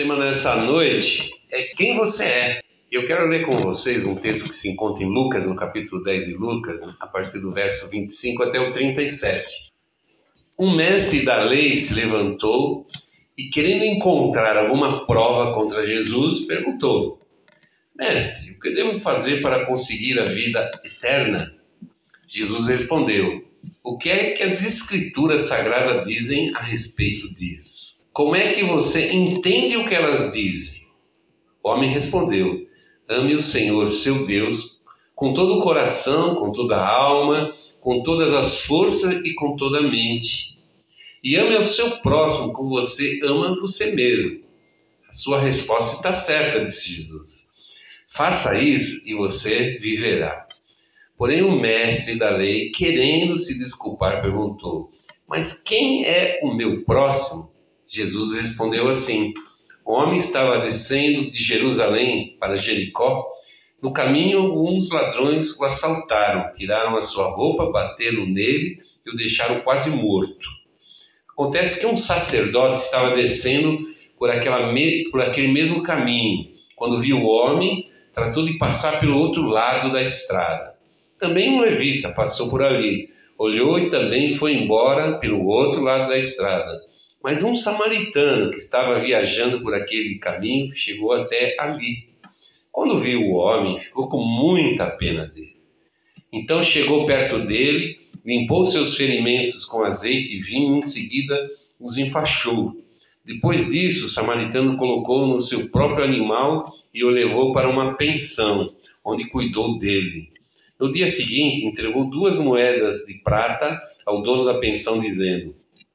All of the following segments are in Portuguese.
tema nessa noite é quem você é. Eu quero ler com vocês um texto que se encontra em Lucas, no capítulo 10 de Lucas, a partir do verso 25 até o 37. Um mestre da lei se levantou e, querendo encontrar alguma prova contra Jesus, perguntou: Mestre, o que devo fazer para conseguir a vida eterna? Jesus respondeu: o que é que as Escrituras Sagradas dizem a respeito disso? Como é que você entende o que elas dizem? O homem respondeu: ame o Senhor, seu Deus, com todo o coração, com toda a alma, com todas as forças e com toda a mente. E ame ao seu próximo como você ama você mesmo. A sua resposta está certa, disse Jesus. Faça isso e você viverá. Porém o mestre da lei, querendo se desculpar, perguntou: mas quem é o meu próximo? Jesus respondeu assim: o homem estava descendo de Jerusalém para Jericó. No caminho, alguns ladrões o assaltaram, tiraram a sua roupa, bateram nele e o deixaram quase morto. Acontece que um sacerdote estava descendo por aquele mesmo caminho. Quando viu o homem, tratou de passar pelo outro lado da estrada. Também um levita passou por ali, olhou e também foi embora pelo outro lado da estrada. Mas um samaritano que estava viajando por aquele caminho chegou até ali. Quando viu o homem, ficou com muita pena dele. Então chegou perto dele, limpou seus ferimentos com azeite e vinho e em seguida os enfaixou. Depois disso, o samaritano colocou no seu próprio animal e o levou para uma pensão, onde cuidou dele. No dia seguinte, entregou 2 moedas de prata ao dono da pensão, dizendo: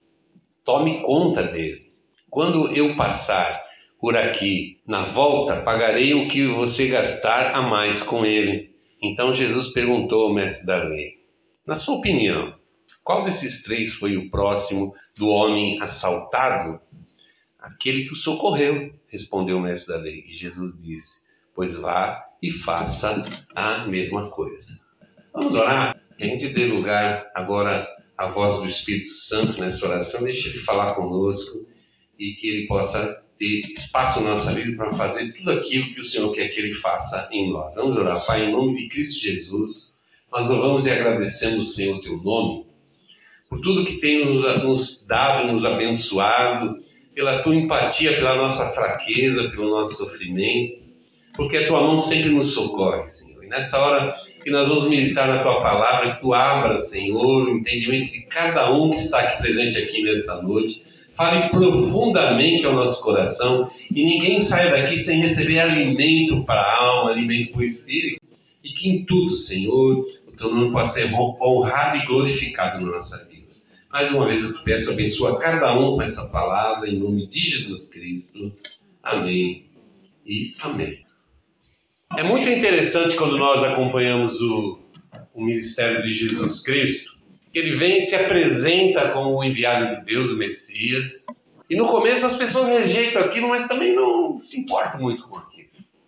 tome conta dele. Quando eu passar por aqui, na volta, pagarei o que você gastar a mais com ele. Então Jesus perguntou ao mestre da lei: na sua opinião, qual desses 3 foi o próximo do homem assaltado? Aquele que o socorreu, respondeu o mestre da lei. E Jesus disse: pois vá e faça a mesma coisa. Vamos orar? Que a gente dê lugar agora à voz do Espírito Santo nessa oração. Deixa ele falar conosco e que ele possa ter espaço na nossa vida para fazer tudo aquilo que o Senhor quer que ele faça em nós. Vamos orar. Pai, em nome de Cristo Jesus, nós louvamos e agradecemos, Senhor, o teu nome, por tudo que tem nos dado, nos abençoado, pela tua empatia, pela nossa fraqueza, pelo nosso sofrimento, porque a tua mão sempre nos socorre, Senhor. E nessa hora que nós vamos meditar na tua palavra, que tu abra, Senhor, o entendimento de cada um que está aqui presente aqui nessa noite. Fale profundamente ao nosso coração e ninguém saia daqui sem receber alimento para a alma, alimento para o espírito. E que em tudo, Senhor, o teu nome possa ser honrado e glorificado na nossa vida. Mais uma vez eu te peço, abençoa cada um com essa palavra, em nome de Jesus Cristo. Amém e amém. É muito interessante quando nós acompanhamos o ministério de Jesus Cristo, que ele vem e se apresenta como o enviado de Deus, o Messias. E no começo as pessoas rejeitam aquilo, mas também não se importam muito com aquilo.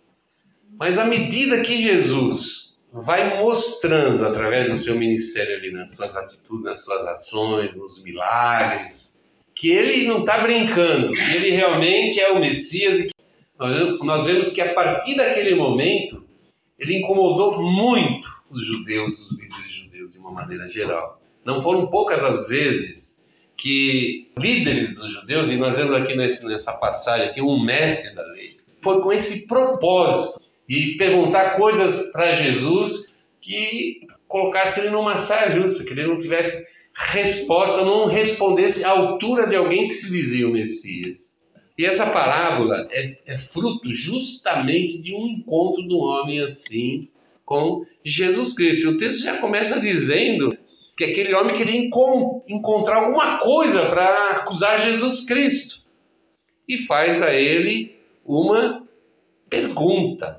Mas à medida que Jesus vai mostrando, através do seu ministério ali, nas suas atitudes, nas suas ações, nos milagres, que ele não está brincando, que ele realmente é o Messias. E nós vemos que a partir daquele momento, ele incomodou muito os judeus, os líderes judeus de uma maneira geral. Não foram poucas as vezes que líderes dos judeus, e nós vemos aqui nessa passagem aqui, um mestre da lei, foi com esse propósito de perguntar coisas para Jesus que colocasse ele numa saia justa, que ele não tivesse resposta, não respondesse à altura de alguém que se dizia o Messias. E essa parábola é fruto justamente de um encontro de um homem assim com Jesus Cristo. O texto já começa dizendo que aquele homem queria encontrar alguma coisa para acusar Jesus Cristo. E faz a ele uma pergunta: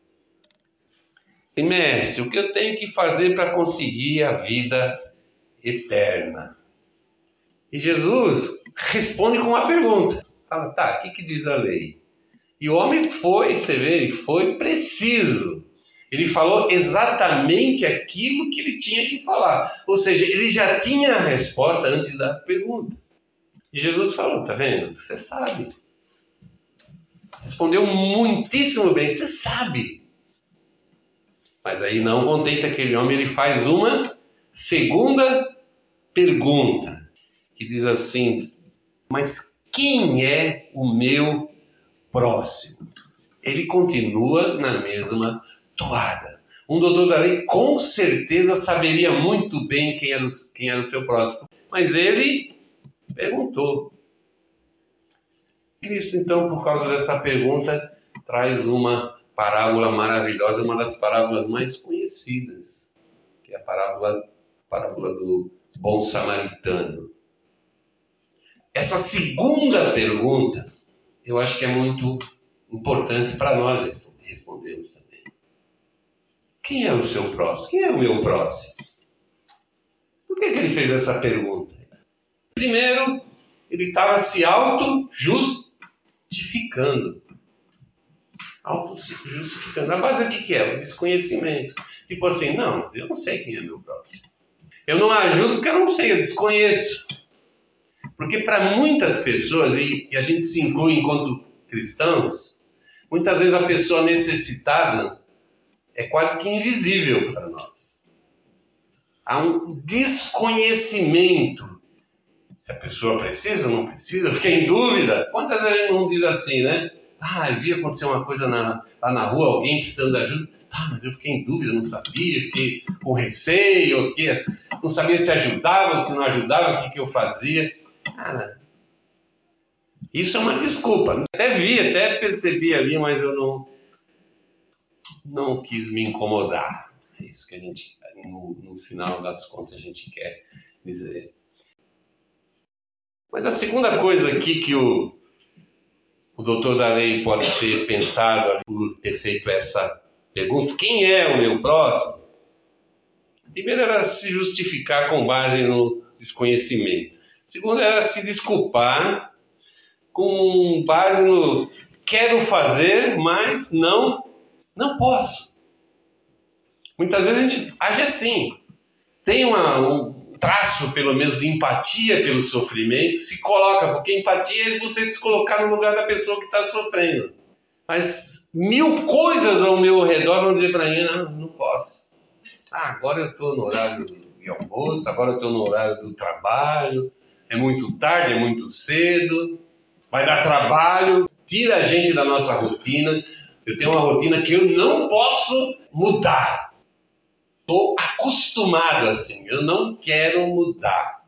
mestre, o que eu tenho que fazer para conseguir a vida eterna? E Jesus responde com uma pergunta. Fala, tá, o que diz a lei? E o homem foi, você vê, ele foi preciso. Ele falou exatamente aquilo que ele tinha que falar. Ou seja, ele já tinha a resposta antes da pergunta. E Jesus falou, tá vendo? Você sabe. Respondeu muitíssimo bem, você sabe. Mas aí, não contente aquele homem, ele faz uma segunda pergunta, que diz assim: mas quem é o meu próximo? Ele continua na mesma toada. Um doutor da lei com certeza saberia muito bem quem era o seu próximo, mas ele perguntou. Cristo, então, por causa dessa pergunta, traz uma parábola maravilhosa, uma das parábolas mais conhecidas, que é a parábola do bom samaritano. Essa segunda pergunta, eu acho que é muito importante para nós respondermos também. Quem é o seu próximo? Quem é o meu próximo? Por que ele fez essa pergunta? Primeiro, ele estava se auto-justificando. Auto-justificando. A base, o que é? O desconhecimento. Tipo assim, não, mas eu não sei quem é meu próximo. Eu não ajudo porque eu não sei, eu desconheço. Porque para muitas pessoas, e a gente se inclui enquanto cristãos, muitas vezes a pessoa necessitada é quase que invisível para nós. Há um desconhecimento. Se a pessoa precisa ou não precisa, fica em dúvida. Quantas vezes a gente não diz assim, né? Eu vi acontecer uma coisa lá na rua, alguém precisando de ajuda. Mas eu fiquei em dúvida, não sabia, fiquei com receio, não sabia se ajudava ou se não ajudava, o que eu fazia. Cara, isso é uma desculpa. Até percebi ali, mas eu não quis me incomodar. É isso que a gente, no final das contas, a gente quer dizer. Mas a segunda coisa aqui que o doutor da lei pode ter pensado por ter feito essa pergunta, quem é o meu próximo? Primeiro era se justificar com base no desconhecimento. Segundo era se desculpar com base no quero fazer, mas não posso. Muitas vezes a gente age assim. Tem um traço, pelo menos, de empatia pelo sofrimento, se coloca, porque empatia é você se colocar no lugar da pessoa que está sofrendo. Mas 1000 coisas ao meu redor vão dizer para mim, não posso. Agora eu estou no horário de almoço, agora eu estou no horário do trabalho, é muito tarde, é muito cedo, vai dar trabalho, tira a gente da nossa rotina. Eu tenho uma rotina que eu não posso mudar. Estou acostumado assim, eu não quero mudar.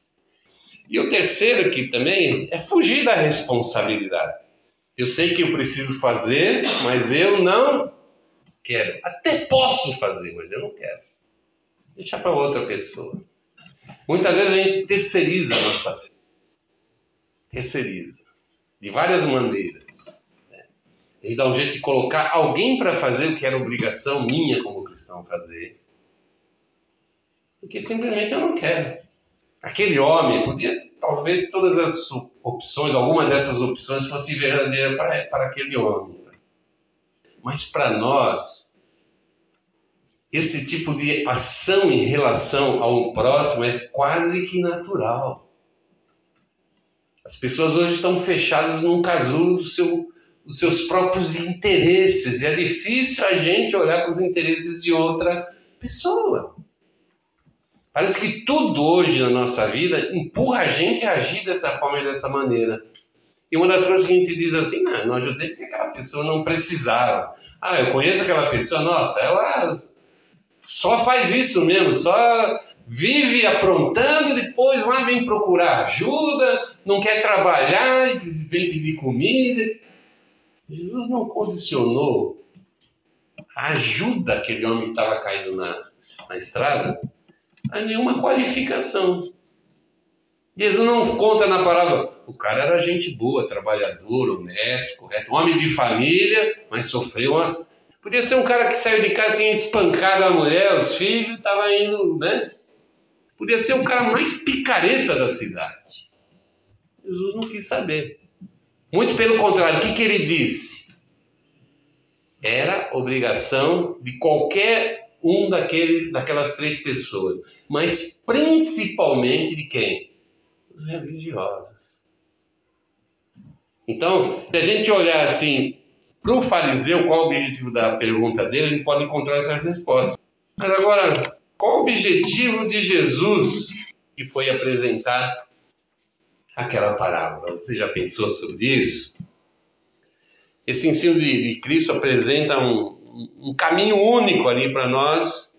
E o terceiro aqui também é fugir da responsabilidade. Eu sei que eu preciso fazer, mas eu não quero. Até posso fazer, mas eu não quero. Deixa para outra pessoa. Muitas vezes a gente terceiriza a nossa vida. Terceiriza. De várias maneiras. A gente dá um jeito de colocar alguém para fazer o que era obrigação minha como cristão fazer. Porque simplesmente eu não quero. Aquele homem podia, talvez todas as opções, alguma dessas opções fosse verdadeira para aquele homem. Mas para nós, esse tipo de ação em relação ao próximo é quase que natural. As pessoas hoje estão fechadas num casulo dos seus próprios interesses. E é difícil a gente olhar para os interesses de outra pessoa. Parece que tudo hoje na nossa vida empurra a gente a agir dessa forma e dessa maneira. E uma das coisas que a gente diz assim, não ajudei porque aquela pessoa não precisava. Eu conheço aquela pessoa, nossa, ela só faz isso mesmo, só vive aprontando e depois lá vem procurar ajuda, não quer trabalhar e vem pedir comida. Jesus não condicionou a ajuda daquele homem que estava caído na estrada a nenhuma qualificação. Jesus não conta na palavra, o cara era gente boa, trabalhador, honesto, correto, homem de família, mas sofreu umas... Podia ser um cara que saiu de casa, tinha espancado a mulher, os filhos, estava indo, né? Podia ser o cara mais picareta da cidade. Jesus não quis saber. Muito pelo contrário, o que ele disse? Era obrigação de qualquer um daquelas 3 pessoas, mas principalmente de quem? Os religiosos. Então, se a gente olhar assim para o fariseu, qual o objetivo da pergunta dele, a gente pode encontrar essas respostas. Mas agora, qual o objetivo de Jesus que foi apresentar aquela parábola? Você já pensou sobre isso? Esse ensino de Cristo apresenta um caminho único ali para nós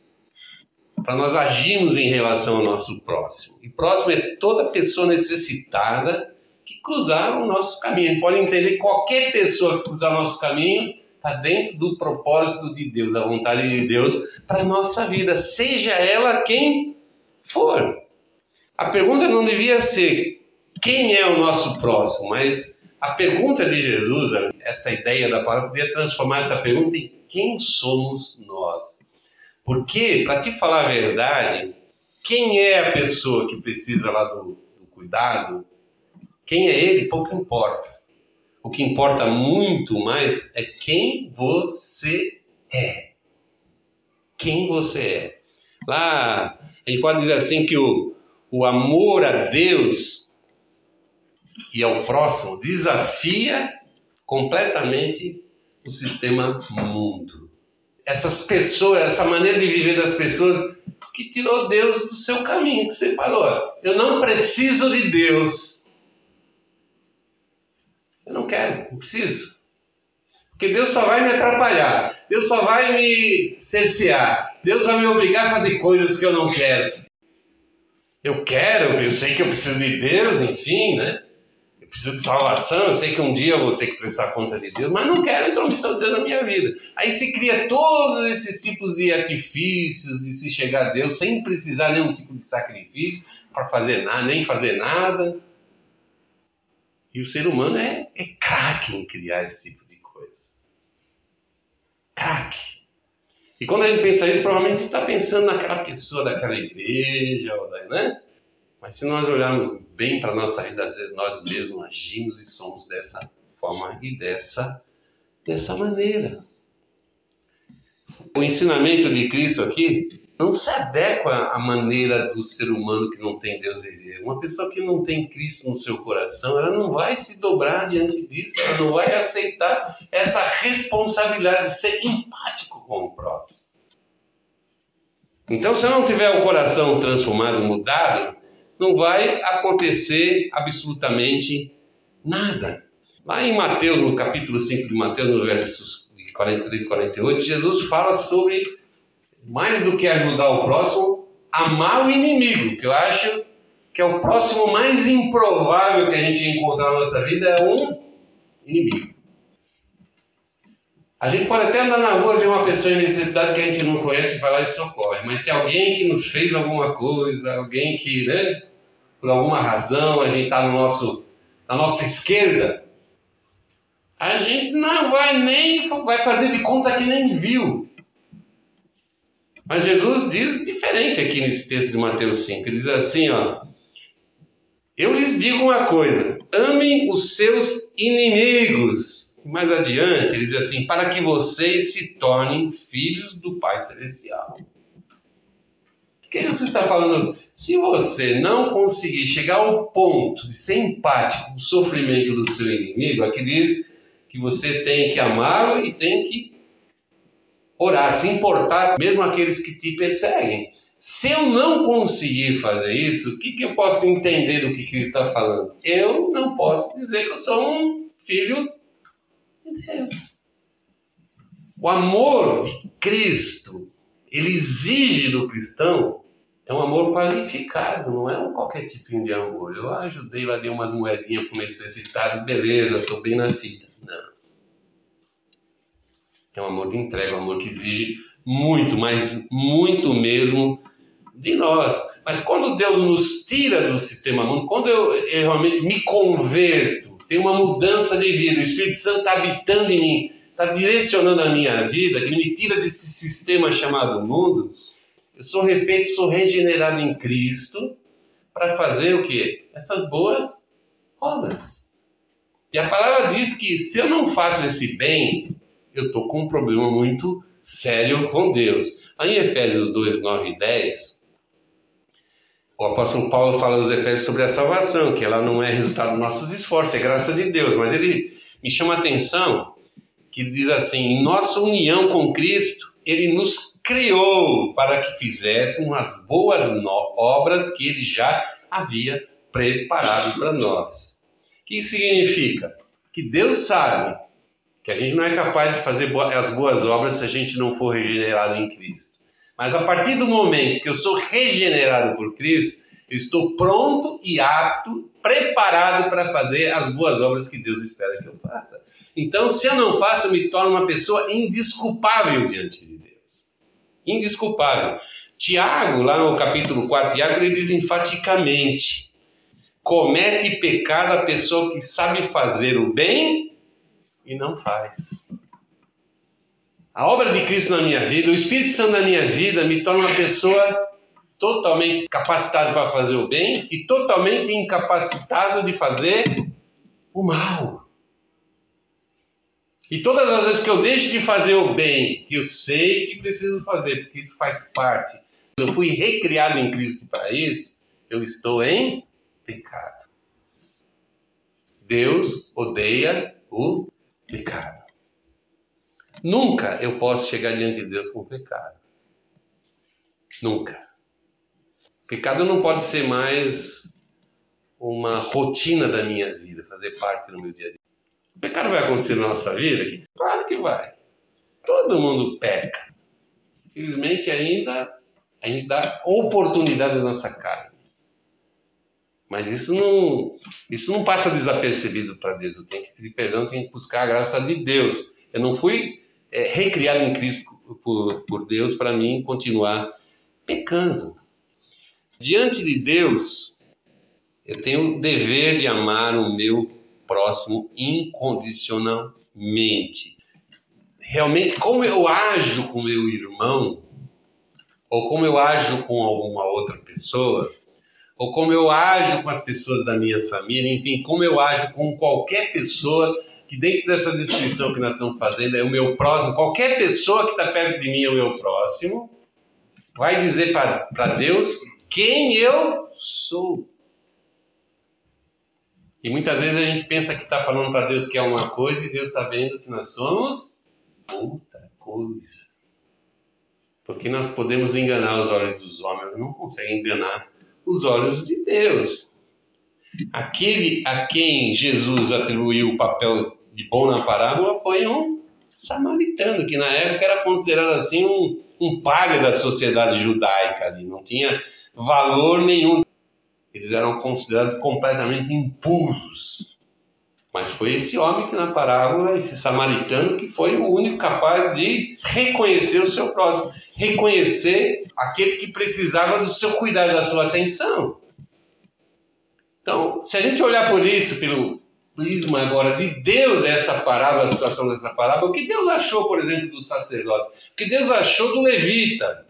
agirmos em relação ao nosso próximo. E próximo é toda pessoa necessitada que cruzar o nosso caminho. A gente pode entender que qualquer pessoa que cruzar o nosso caminho está dentro do propósito de Deus, da vontade de Deus para a nossa vida, seja ela quem for. A pergunta não devia ser quem é o nosso próximo, mas a pergunta de Jesus, essa ideia da palavra, podia transformar essa pergunta em quem somos nós. Porque, para te falar a verdade, quem é a pessoa que precisa lá do cuidado, quem é ele, pouco importa. O que importa muito mais é quem você é. Quem você é. Lá, a gente pode dizer assim que o amor a Deus e ao próximo desafia completamente o sistema mundo. Essas pessoas, essa maneira de viver das pessoas que tirou Deus do seu caminho, que separou. Eu não preciso de Deus. Eu não quero, não preciso. Porque Deus só vai me atrapalhar. Deus só vai me cercear. Deus vai me obrigar a fazer coisas que eu não quero. Eu sei que eu preciso de Deus, enfim, né? Eu preciso de salvação, eu sei que um dia eu vou ter que prestar conta de Deus, mas não quero a intromissão de Deus na minha vida. Aí se cria todos esses tipos de artifícios de se chegar a Deus sem precisar de nenhum tipo de sacrifício para fazer nada, nem fazer nada. E o ser humano é craque em criar esse tipo de coisa. Craque. E quando a gente pensa isso, provavelmente a gente está pensando naquela pessoa daquela igreja, né? Mas se nós olharmos bem para a nossa vida, às vezes nós mesmos agimos e somos dessa forma e dessa maneira. O ensinamento de Cristo aqui não se adequa à maneira do ser humano que não tem Deus viver. Uma pessoa que não tem Cristo no seu coração, ela não vai se dobrar diante disso, ela não vai aceitar essa responsabilidade de ser empático com o próximo. Então, se eu não tiver o coração transformado, mudado, não vai acontecer absolutamente nada. Lá em Mateus, no capítulo 5 de Mateus, no versos 43 e 48, Jesus fala sobre, mais do que ajudar o próximo, amar o inimigo, que eu acho que é o próximo mais improvável que a gente encontrar na nossa vida, é um inimigo. A gente pode até andar na rua e ver uma pessoa em necessidade que a gente não conhece e vai lá e socorre. Mas se alguém que nos fez alguma coisa, alguém que, né, por alguma razão, a gente está na nossa esquerda, a gente não vai fazer de conta que nem viu. Mas Jesus diz diferente aqui nesse texto de Mateus 5. Ele diz assim, eu lhes digo uma coisa, amem os seus inimigos. Mais adiante, ele diz assim, para que vocês se tornem filhos do Pai Celestial. O que Jesus está falando? Se você não conseguir chegar ao ponto de ser empático com o sofrimento do seu inimigo, aqui diz que você tem que amá-lo e tem que orar, se importar, mesmo aqueles que te perseguem. Se eu não conseguir fazer isso, o que eu posso entender do que Cristo está falando? Eu não posso dizer que eu sou um filho de Deus. O amor de Cristo, ele exige do cristão, é um amor qualificado, não é qualquer tipinho de amor. Eu ajudei lá, dei umas moedinhas para o necessitado, beleza, estou bem na fita. Não. É um amor de entrega, um amor que exige muito, mas muito mesmo de nós. Mas quando Deus nos tira do sistema mundo, quando eu realmente me converto, tem uma mudança de vida, o Espírito Santo está habitando em mim, está direcionando a minha vida, ele me tira desse sistema chamado mundo, eu sou refeito, sou regenerado em Cristo para fazer o quê? Essas boas obras. E a palavra diz que se eu não faço esse bem, eu estou com um problema muito sério com Deus. Aí em Efésios 2, 9 e 10, O apóstolo Paulo fala aos Efésios sobre a salvação, que ela não é resultado dos nossos esforços, é graça de Deus. Mas ele me chama a atenção que ele diz assim: em nossa união com Cristo, ele nos criou para que fizéssemos as boas obras que ele já havia preparado para nós. O que isso significa? Que Deus sabe que a gente não é capaz de fazer as boas obras se a gente não for regenerado em Cristo. Mas a partir do momento que eu sou regenerado por Cristo, eu estou pronto e apto, preparado para fazer as boas obras que Deus espera que eu faça. Então, se eu não faço, eu me torno uma pessoa indesculpável diante de Deus. Indesculpável. Tiago, lá no capítulo 4, Tiago, ele diz enfaticamente: comete pecado a pessoa que sabe fazer o bem e não faz. A obra de Cristo na minha vida, o Espírito Santo na minha vida me torna uma pessoa totalmente capacitada para fazer o bem e totalmente incapacitado de fazer o mal. E todas as vezes que eu deixo de fazer o bem, que eu sei que preciso fazer, porque isso faz parte, eu fui recriado em Cristo para isso, eu estou em pecado. Deus odeia o pecado. Nunca eu posso chegar diante de Deus com pecado. Nunca. Pecado não pode ser mais uma rotina da minha vida, fazer parte do meu dia a dia. O pecado vai acontecer na nossa vida? Claro que vai. Todo mundo peca. Infelizmente ainda a gente dá oportunidade à nossa carne. Mas isso não passa desapercebido para Deus. Eu tenho que pedir perdão, eu tenho que buscar a graça de Deus. Eu não fui recriado em Cristo por Deus para mim continuar pecando. Diante de Deus, eu tenho o dever de amar o meu próximo incondicionalmente. Realmente, como eu ajo com meu irmão, ou como eu ajo com alguma outra pessoa, ou como eu ajo com as pessoas da minha família, enfim, como eu ajo com qualquer pessoa que dentro dessa descrição que nós estamos fazendo é o meu próximo, qualquer pessoa que está perto de mim é o meu próximo, vai dizer para Deus quem eu sou. E muitas vezes a gente pensa que está falando para Deus que é uma coisa e Deus está vendo que nós somos outra coisa. Porque nós podemos enganar os olhos dos homens, mas não conseguem enganar os olhos de Deus. Aquele a quem Jesus atribuiu o papel de bom na parábola foi um samaritano, que na época era considerado assim um palha da sociedade judaica ali, não tinha valor nenhum. Eles eram considerados completamente impuros. Mas foi esse homem que na parábola, esse samaritano, que foi o único capaz de reconhecer o seu próximo, reconhecer aquele que precisava do seu cuidado, da sua atenção. Então, se a gente olhar por isso, pelo prisma agora de Deus, essa parábola, a situação dessa parábola, o que Deus achou, por exemplo, do sacerdote? O que Deus achou do levita?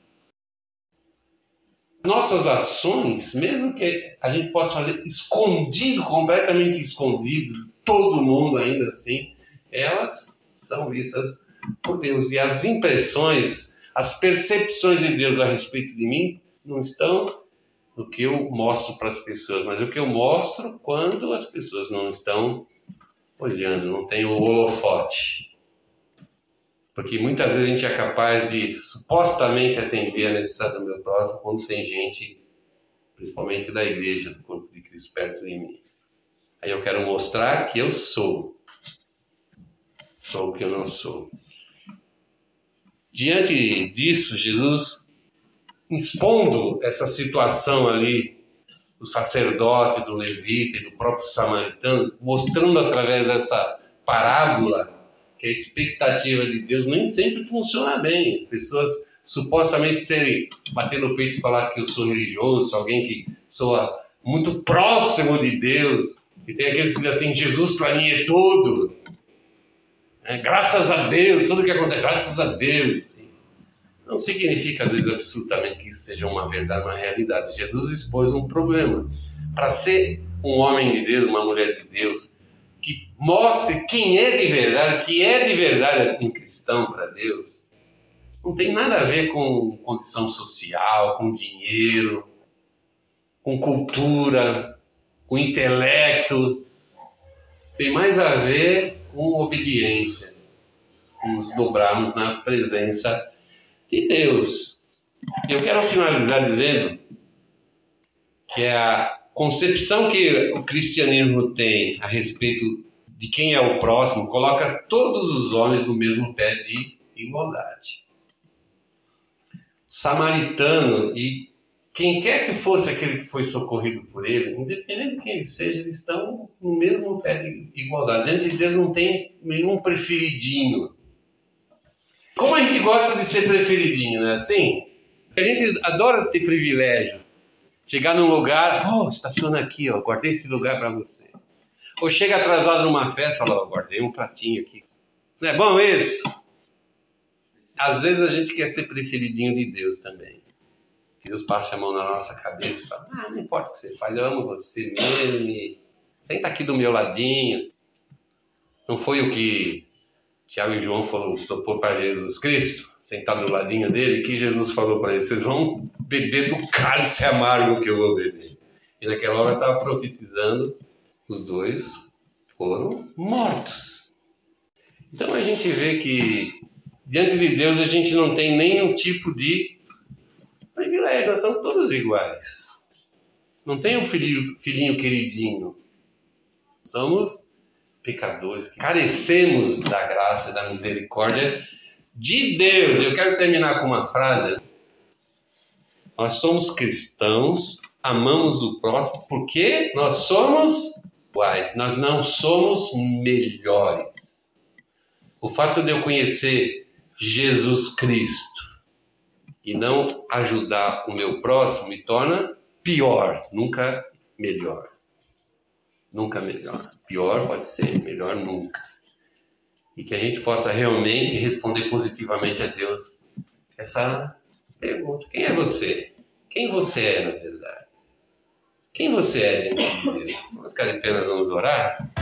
Nossas ações, mesmo que a gente possa fazer escondido, completamente escondido, todo mundo ainda assim, elas são vistas por Deus. E as impressões, as percepções de Deus a respeito de mim não estão no que eu mostro para as pessoas, mas o que eu mostro quando as pessoas não estão olhando, não tem o holofote. Porque muitas vezes a gente é capaz de supostamente atender a necessidade do meu próximo quando tem gente, principalmente da igreja, do corpo de Cristo, perto de mim. Aí eu quero mostrar que eu sou o que eu não sou. Diante disso, Jesus, expondo essa situação ali do sacerdote, do levita e do próprio samaritano, mostrando através dessa parábola que a expectativa de Deus nem sempre funciona bem. As pessoas supostamente bater no peito e falar que eu sou religioso, alguém que sou muito próximo de Deus, e tem aqueles que dizem assim, Jesus para mim é tudo. Graças a Deus, tudo que acontece, graças a Deus. Não significa, às vezes, absolutamente que isso seja uma verdade, uma realidade. Jesus expôs um problema. Para ser um homem de Deus, uma mulher de Deus, que mostre quem é de verdade, que é de verdade um cristão para Deus, não tem nada a ver com condição social, com dinheiro. com cultura, com intelecto. Tem mais a ver com obediência, com nos dobrarmos na presença de Deus. Eu quero finalizar dizendo que a concepção que o cristianismo tem a respeito de quem é o próximo coloca todos os homens no mesmo pé de igualdade. Samaritano e quem quer que fosse aquele que foi socorrido por ele, independente de quem ele seja, eles estão no mesmo pé de igualdade. Diante de Deus não tem nenhum preferidinho. Como a gente gosta de ser preferidinho, não é assim? A gente adora ter privilégio. Chegar num lugar, estaciona aqui, guardei esse lugar para você. Ou chega atrasado numa festa, fala, guardei um pratinho aqui. Não é bom isso? Às vezes a gente quer ser preferidinho de Deus também. Deus passa a mão na nossa cabeça e fala, não importa o que você faz, eu amo você mesmo, senta aqui do meu ladinho. Não foi o que Tiago e João propôs para Jesus Cristo, sentado do ladinho dele, que Jesus falou para eles, vocês vão beber do cálice amargo que eu vou beber. E naquela hora estava profetizando, os dois foram mortos. Então a gente vê que diante de Deus a gente não tem nenhum tipo de privilégio, nós somos todos iguais. Não tem um filhinho queridinho. Somos pecadores, que carecemos da graça e da misericórdia de Deus. Eu quero terminar com uma frase. Nós somos cristãos, amamos o próximo, porque nós somos iguais, nós não somos melhores. O fato de eu conhecer Jesus Cristo e não ajudar o meu próximo me torna pior, nunca melhor. Nunca melhor. Pior pode ser, melhor nunca. E que a gente possa realmente responder positivamente a Deus essa pergunta. Quem é você? Quem você é, na verdade? Quem você é diante de Deus? Vamos ficar apenas, vamos orar?